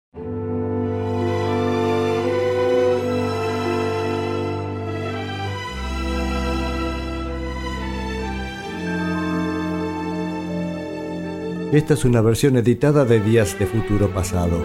Esta es una versión editada de Días de Futuro Pasado.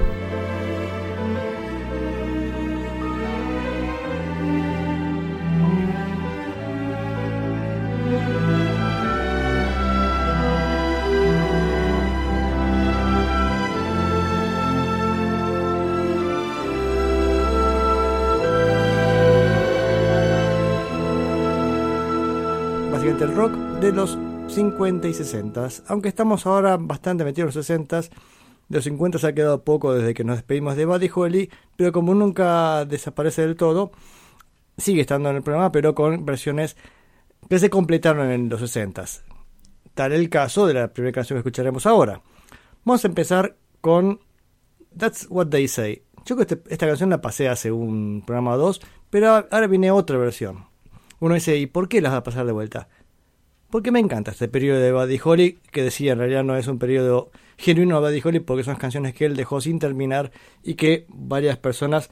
Básicamente el rock de los 50 y 60, aunque estamos ahora bastante metidos en los 60, de los 50 se ha quedado poco desde que nos despedimos de Buddy Holly, pero como nunca desaparece del todo, sigue estando en el programa, pero con versiones que se completaron en los 60. Tal el caso de la primera canción que escucharemos ahora. Vamos a empezar con That's What They Say. Yo creo que esta canción la pasé hace un programa o dos, pero ahora viene otra versión. Uno dice, ¿y por qué las va a pasar de vuelta? Porque me encanta este periodo de Buddy Holly, que decía en realidad no es un periodo genuino de Buddy Holly, porque son las canciones que él dejó sin terminar y que varias personas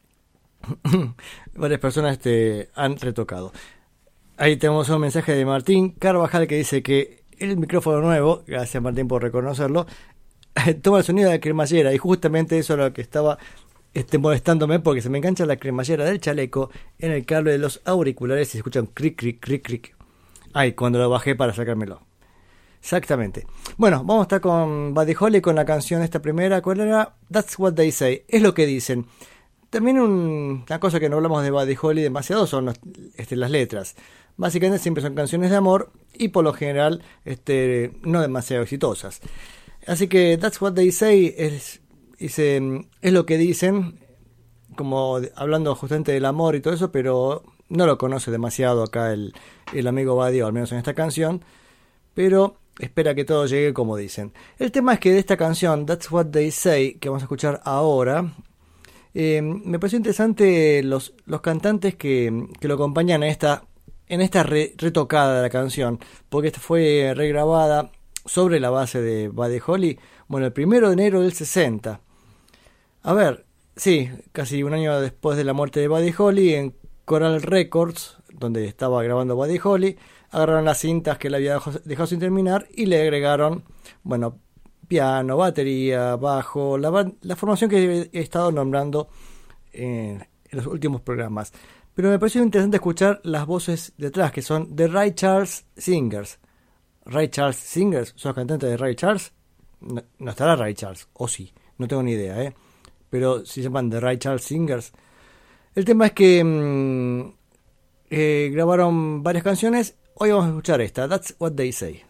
han retocado. Ahí tenemos un mensaje de Martín Carvajal que dice que el micrófono nuevo, gracias Martín por reconocerlo, toma el sonido de la cremallera, y justamente eso es lo que estaba molestándome, porque se me engancha la cremallera del chaleco en el cable de los auriculares y se escucha un cric, cric, cric, cric. Ay, cuando lo bajé para sacármelo. Exactamente. Bueno, vamos a estar con Buddy Holly con la canción esta primera. ¿Cuál era? That's What They Say. Es lo que dicen. También una cosa que no hablamos de Buddy Holly demasiado son las letras. Básicamente siempre son canciones de amor y por lo general no demasiado exitosas. Así que That's What They Say es lo que dicen, como hablando justamente del amor y todo eso, pero no lo conoce demasiado acá el amigo Buddy, o al menos en esta canción, pero espera que todo llegue como dicen. El tema es que de esta canción, That's What They Say, que vamos a escuchar ahora, me pareció interesante los cantantes que lo acompañan en esta retocada de la canción, porque esta fue regrabada sobre la base de Buddy Holly, bueno, el 1 de enero del 60. A ver, sí, casi un año después de la muerte de Buddy Holly, en Coral Records, donde estaba grabando Buddy Holly, agarraron las cintas que él había dejado sin terminar y le agregaron, bueno, piano, batería, bajo, la formación que he estado nombrando en los últimos programas. Pero me pareció interesante escuchar las voces detrás, que son de Ray Charles Singers. Ray Charles Singers, ¿sos cantante de Ray Charles? No estará Ray Charles, o sí, no tengo ni idea, pero si se llaman de Ray Charles Singers. El tema es que grabaron varias canciones. Hoy vamos a escuchar esta, That's What They Say.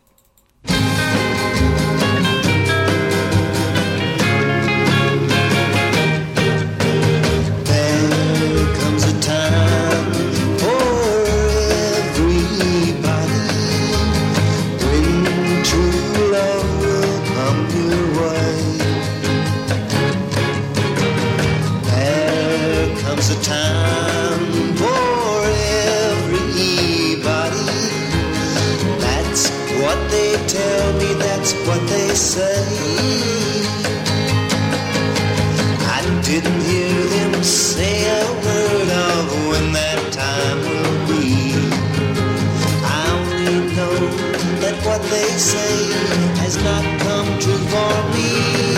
What they say, I didn't hear them say a word of when that time will be. I only know that what they say has not come true for me.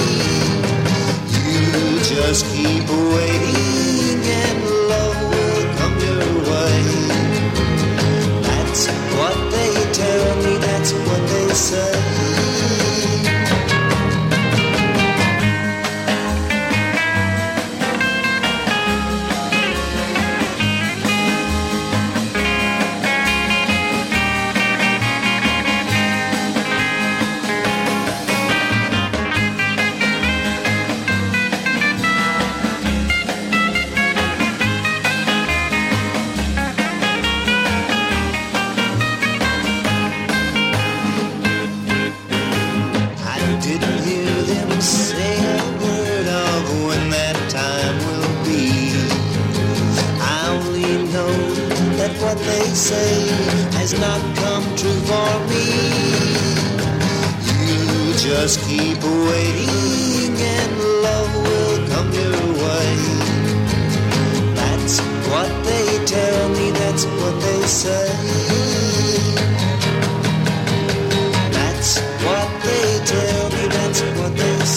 You just keep waiting and love will come your way. That's what they tell me, that's what they say. Say has not come true for me. You just keep waiting and love will come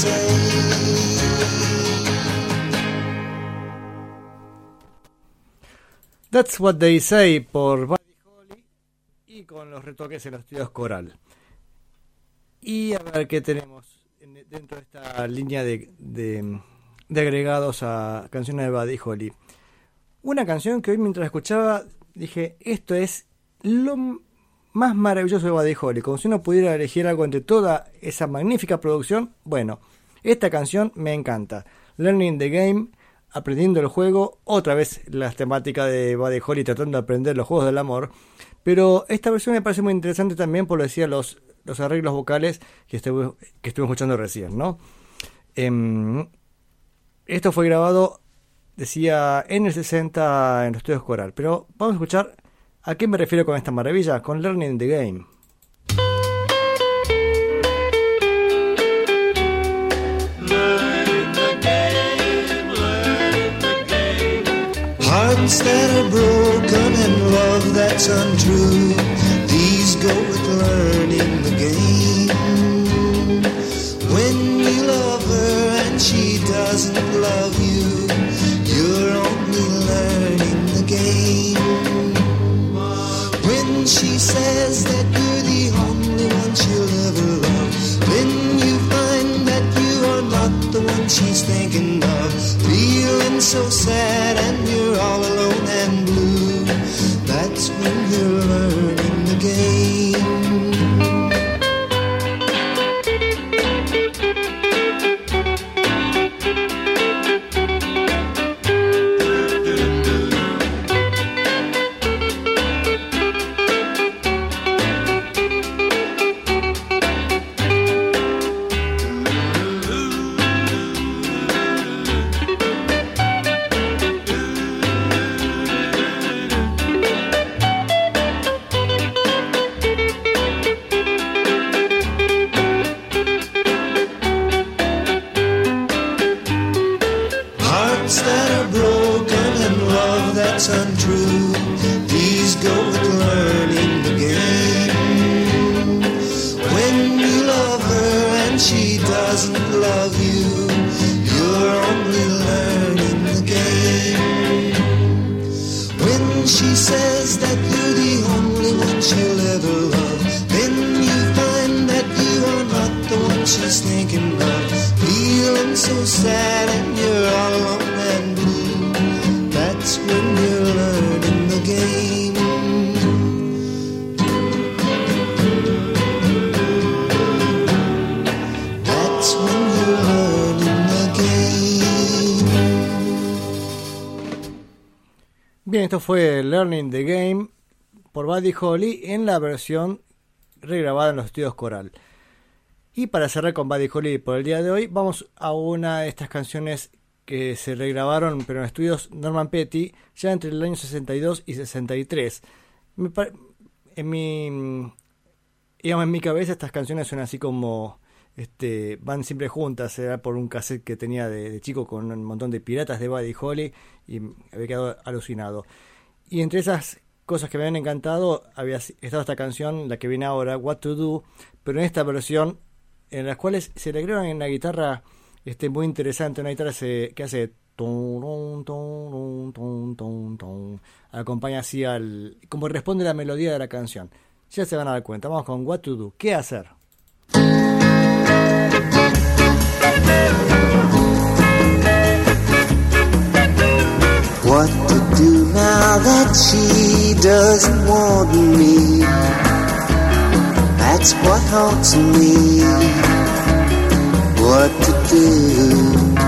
That's What They Say por Buddy Holly y con los retoques en los estudios Coral. Y a ver qué tenemos dentro de esta línea de agregados a canciones de Buddy Holly. Una canción que hoy mientras escuchaba dije, esto es lo más maravilloso de Buddy Holly. Como si uno pudiera elegir algo entre toda esa magnífica producción. Bueno, esta canción me encanta. Learning the Game, aprendiendo el juego. Otra vez las temáticas de Buddy Holly tratando de aprender los juegos del amor. Pero esta versión me parece muy interesante también por lo decía los arreglos vocales que estuvimos escuchando recién, ¿no? Esto fue grabado, decía, en el 60 en los estudios Coral. Pero vamos a escuchar a qué me refiero con esta maravilla, con Learning the Game. Hearts that are broken and love that's untrue, these go with learning the game. When you love her and she doesn't love you, you're only learning the game. When she says that you're the only one she'll ever love, then you find that you are not the one she's thinking of. Feeling so sad and you're all alone and blue, that's when you're learning the game. Bien, esto fue Learning the Game por Buddy Holly en la versión regrabada en los estudios Coral. Y para cerrar con Buddy Holly por el día de hoy, vamos a una de estas canciones que se regrabaron pero en estudios Norman Petty ya entre el año 62 y 63. En mi cabeza estas canciones son así como van siempre juntas. Era por un cassette que tenía de chico con un montón de piratas de Buddy Holly y me había quedado alucinado. Y entre esas cosas que me habían encantado había estado esta canción, la que viene ahora, What to Do, pero en esta versión en las cuales se le agregan en la guitarra muy interesante, una guitarra que hace acompaña así como responde la melodía de la canción. Ya se van a dar cuenta. Vamos con What to Do, ¿qué hacer? What to do now that she doesn't want me? That's what haunts me. What to do?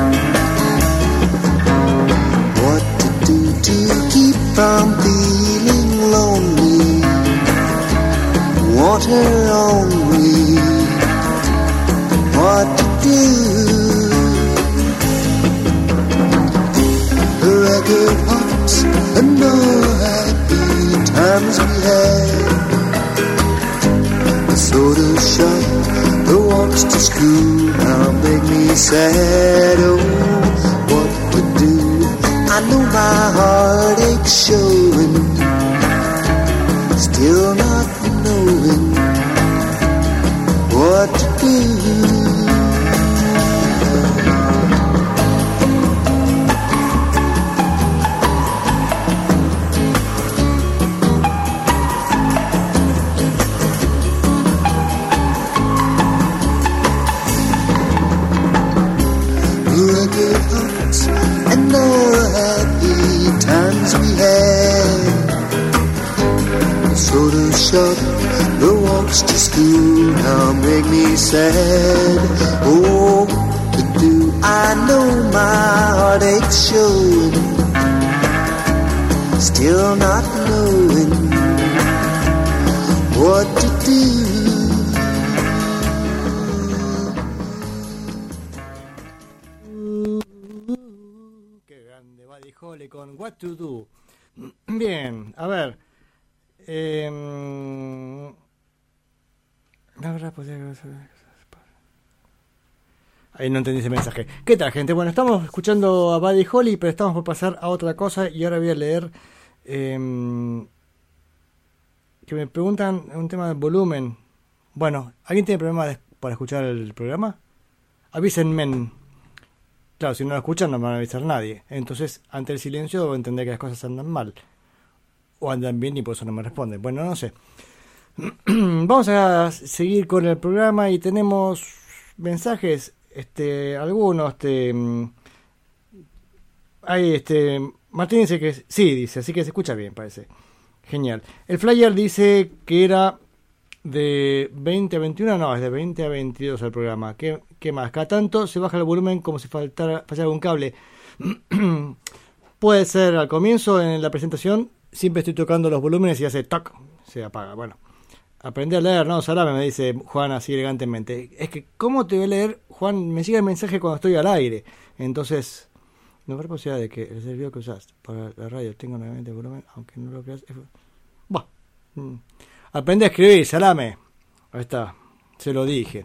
What to do to keep from feeling lonely? Want her on me? What to do? The record pops and no happy times we had. The soda shop, the walks to school now make me sad. Oh, what to do? I know my heart aches showing, still not knowing what to do. nights and all the happy times we had. The soda shop, the walks to school now make me sad. Oh, what to do? I know my heartache's showing, still not knowing what to do. Qué grande, Buddy Holly con What to Do. Bien, a ver. Ahí no entendí ese mensaje. ¿Qué tal, gente? Bueno, estamos escuchando a Buddy Holly, pero estamos por pasar a otra cosa y ahora voy a leer que me preguntan un tema del volumen. Bueno, ¿alguien tiene problemas para escuchar el programa? Avísenme. Claro, si no lo escuchan no me van a avisar nadie. Entonces, ante el silencio debo entender que las cosas andan mal. O andan bien y por eso no me responden. Bueno, no sé. Vamos a seguir con el programa y tenemos mensajes. Algunos. Ahí, Martín dice que sí, dice, así que se escucha bien, parece. Genial. El flyer dice que era de 20 a 21, no, es de 20 a 22 el programa. ¿Qué más? Cada tanto se baja el volumen como si fallara un cable. Puede ser al comienzo en la presentación, siempre estoy tocando los volúmenes y hace toc, se apaga. Bueno, aprender a leer, no, salame, me dice Juan así elegantemente. Es que, ¿cómo te voy a leer, Juan? Me sigue el mensaje cuando estoy al aire. Entonces, no habrá posibilidad de que el servidor que usas para la radio tenga nuevamente el volumen, aunque no lo creas. Bueno, aprende a escribir, salame. Ahí está, se lo dije.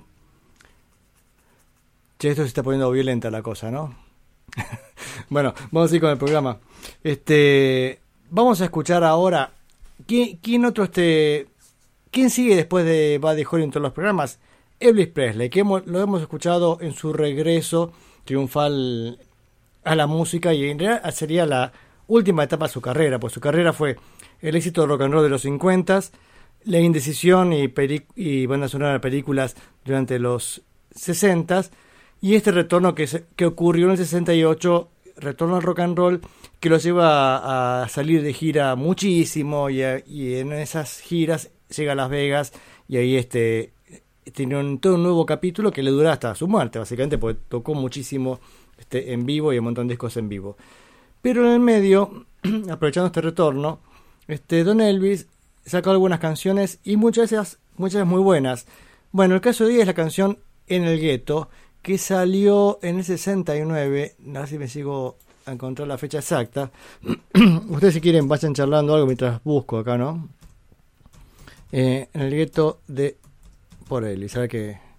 Che, esto se está poniendo violenta la cosa, ¿no? Bueno, vamos a ir con el programa. Vamos a escuchar ahora. ¿Quién otro ¿Quién sigue después de Buddy Holly en todos los programas? Elvis Presley, que lo hemos escuchado en su regreso triunfal a la música y en realidad sería la última etapa de su carrera, pues su carrera fue el éxito de rock and roll de los 50s, la indecisión y banda sonora de películas durante los 60s y este retorno que ocurrió en el 68, retorno al rock and roll que lo lleva a salir de gira muchísimo y en esas giras llega a Las Vegas y ahí tiene todo un nuevo capítulo que le dura hasta su muerte, básicamente, porque tocó muchísimo en vivo y un montón de discos en vivo. Pero en el medio, aprovechando este retorno, Don Elvis sacó algunas canciones y muchas muy buenas. Bueno, el caso de hoy es la canción En el Gueto, que salió en el 69, a ver si me sigo a encontrar la fecha exacta. Ustedes si quieren vayan charlando algo mientras busco acá, ¿no? En el Gueto de por Elvis, ¿sabe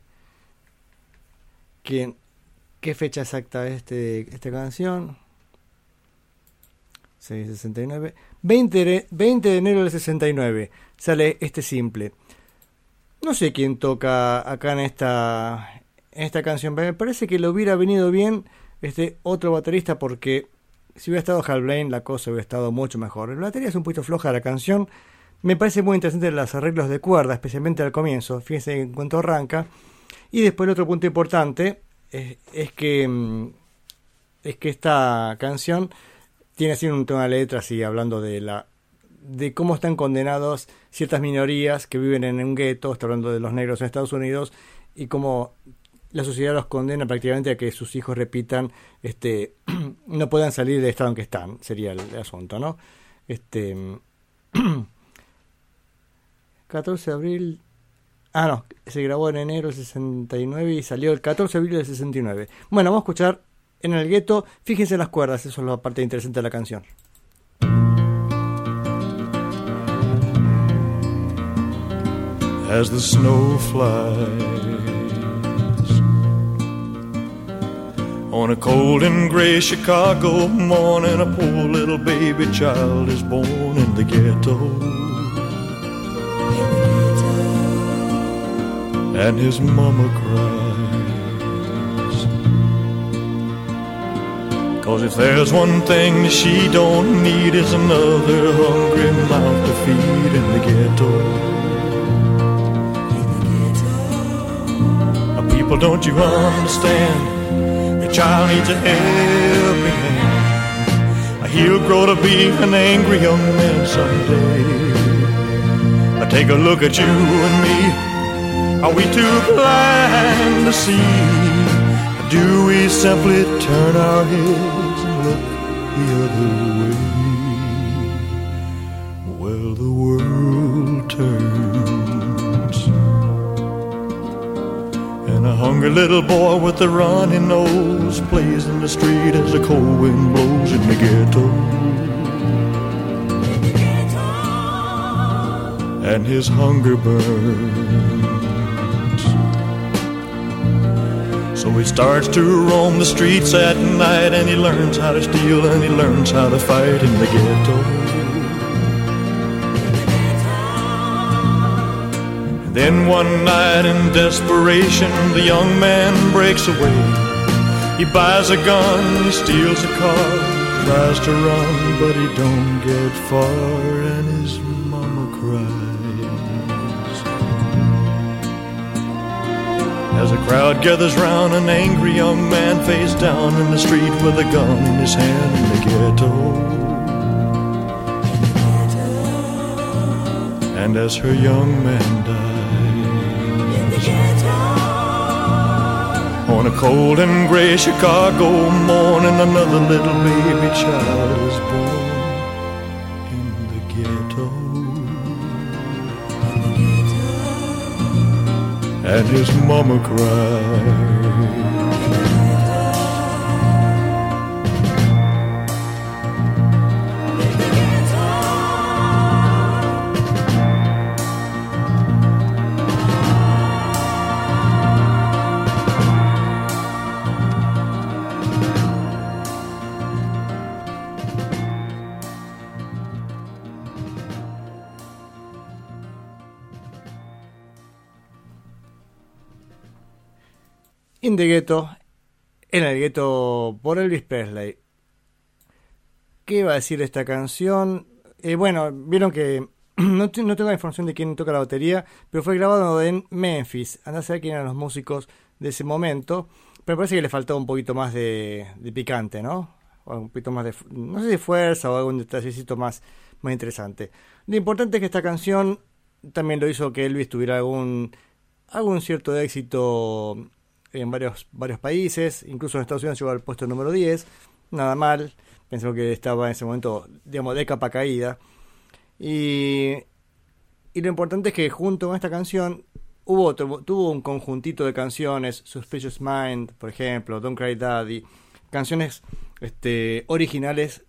qué fecha exacta es esta canción? 669. 20 de enero del 69 sale este simple. No sé quién toca acá en esta canción, pero me parece que le hubiera venido bien otro baterista, porque si hubiera estado Hal Blaine la cosa hubiera estado mucho mejor. La batería es un poquito floja de la canción. Me parece muy interesante los arreglos de cuerda, especialmente al comienzo. Fíjense en cuanto arranca. Y después el otro punto importante es que esta canción tiene así un tono de letra así hablando de cómo están condenados ciertas minorías que viven en un gueto. Está hablando de los negros en Estados Unidos y cómo la sociedad los condena prácticamente a que sus hijos repitan, no puedan salir del estado en que están. Sería el asunto, ¿no? 14 de abril... Ah, no, se grabó en enero del 69 y salió el 14 de abril del 69. Bueno, vamos a escuchar En el Gueto. Fíjense en las cuerdas, eso es la parte interesante de la canción. As the snow flies on a cold and gray Chicago morning, a poor little baby child is born in the ghetto. And his mama cries, 'cause if there's one thing that she don't need is another hungry mouth to feed in the ghetto. People, don't you understand that child needs a helping hand. He'll grow to be an angry young man someday. Take a look at you and me. Are we too blind to see? Do we simply turn our heads and look the other way? Well, the world turns, and a hungry little boy with a runny nose plays in the street as the cold wind blows in the ghetto. And his hunger burns. So he starts to roam the streets at night, and he learns how to steal, and he learns how to fight in the ghetto. And then one night in desperation, the young man breaks away. He buys a gun, he steals a car, tries to run, but he don't get far, and his mama cries. As a crowd gathers round, an angry young man face down in the street with a gun in his hand in the ghetto. And as her young man dies, on a cold and gray Chicago morning, another little baby child is born in the ghetto. And his mama cried. In the Ghetto, en el gueto por Elvis Presley. ¿Qué iba a decir esta canción? Bueno, vieron que no tengo la información de quién toca la batería, pero fue grabado en Memphis. Andá a saber quién eran los músicos de ese momento, pero parece que le faltaba un poquito más de picante, ¿no? O un poquito más de, no sé si fuerza o algún detallecito más interesante. Lo importante es que esta canción también lo hizo que Elvis tuviera algún cierto éxito en varios países, incluso en Estados Unidos llegó al puesto número 10, nada mal, pensé que estaba en ese momento, digamos, de capa caída, y lo importante es que junto con esta canción tuvo un conjuntito de canciones, Suspicious Mind, por ejemplo, Don't Cry Daddy, canciones originales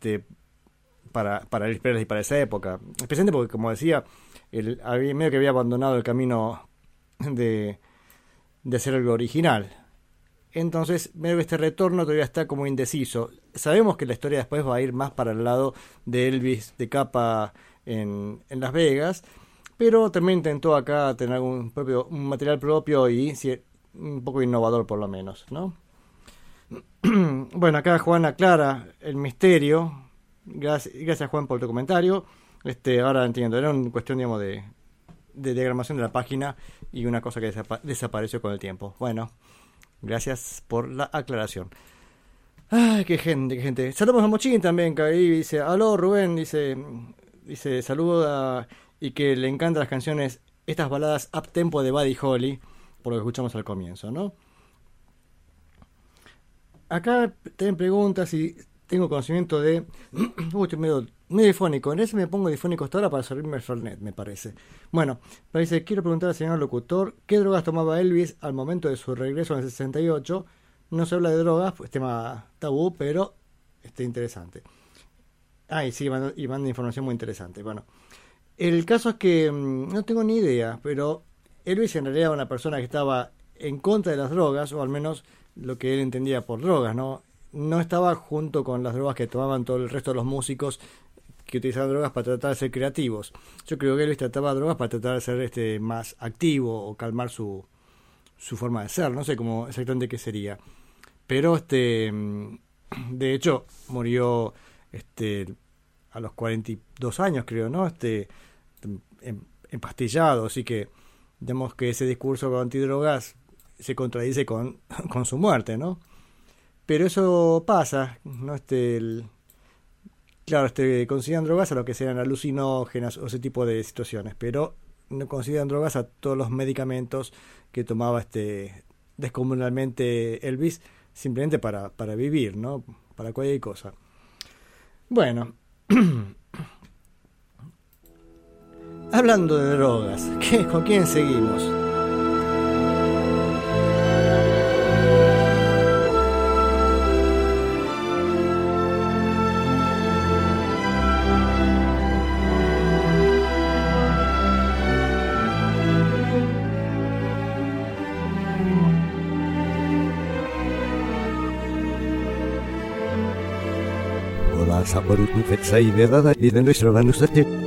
para Elvis Presley y para esa época, especialmente porque, como decía, medio que había abandonado el camino de hacer algo original. Entonces, medio que este retorno todavía está como indeciso. Sabemos que la historia después va a ir más para el lado de Elvis de capa en Las Vegas, pero también intentó acá tener un material propio y un poco innovador por lo menos, ¿no? Bueno, acá Juan aclara el misterio. Gracias Juan por tu comentario. Ahora entiendo, era una cuestión, digamos, de diagramación de la página y una cosa que desapareció con el tiempo. Bueno, gracias por la aclaración. Ay, qué gente. Saludos a Mochín también, que ahí dice, aló Rubén, dice saluda y que le encantan las canciones, estas baladas up tempo de Buddy Holly, por lo que escuchamos al comienzo, ¿no? Acá tienen preguntas y tengo conocimiento de... estoy medio difónico. En ese me pongo difónico hasta ahora para servirme el Fernet, me parece. Bueno, me dice, quiero preguntar al señor locutor, ¿qué drogas tomaba Elvis al momento de su regreso en el 68? No se habla de drogas, pues tema tabú, pero interesante. Y sí, y manda información muy interesante. Bueno, el caso es que no tengo ni idea, pero Elvis en realidad era una persona que estaba en contra de las drogas, o al menos lo que él entendía por drogas, ¿no? No estaba junto con las drogas que tomaban todo el resto de los músicos que utilizaban drogas para tratar de ser creativos. Yo creo que Elvis trataba drogas para tratar de ser más activo o calmar su forma de ser. No sé cómo exactamente qué sería. Pero de hecho murió a los 42 años, creo, ¿no? Empastillado, así que digamos que ese discurso antidrogas se contradice con su muerte, ¿no? Pero eso pasa, ¿no? Claro, consideran drogas a lo que sean alucinógenas o ese tipo de situaciones, pero no consideran drogas a todos los medicamentos que tomaba descomunalmente Elvis, simplemente para vivir, ¿no? Para cualquier cosa. Bueno, hablando de drogas, ¿con quién seguimos? Sabarutu fetsai vedada y de nuestro vanusate.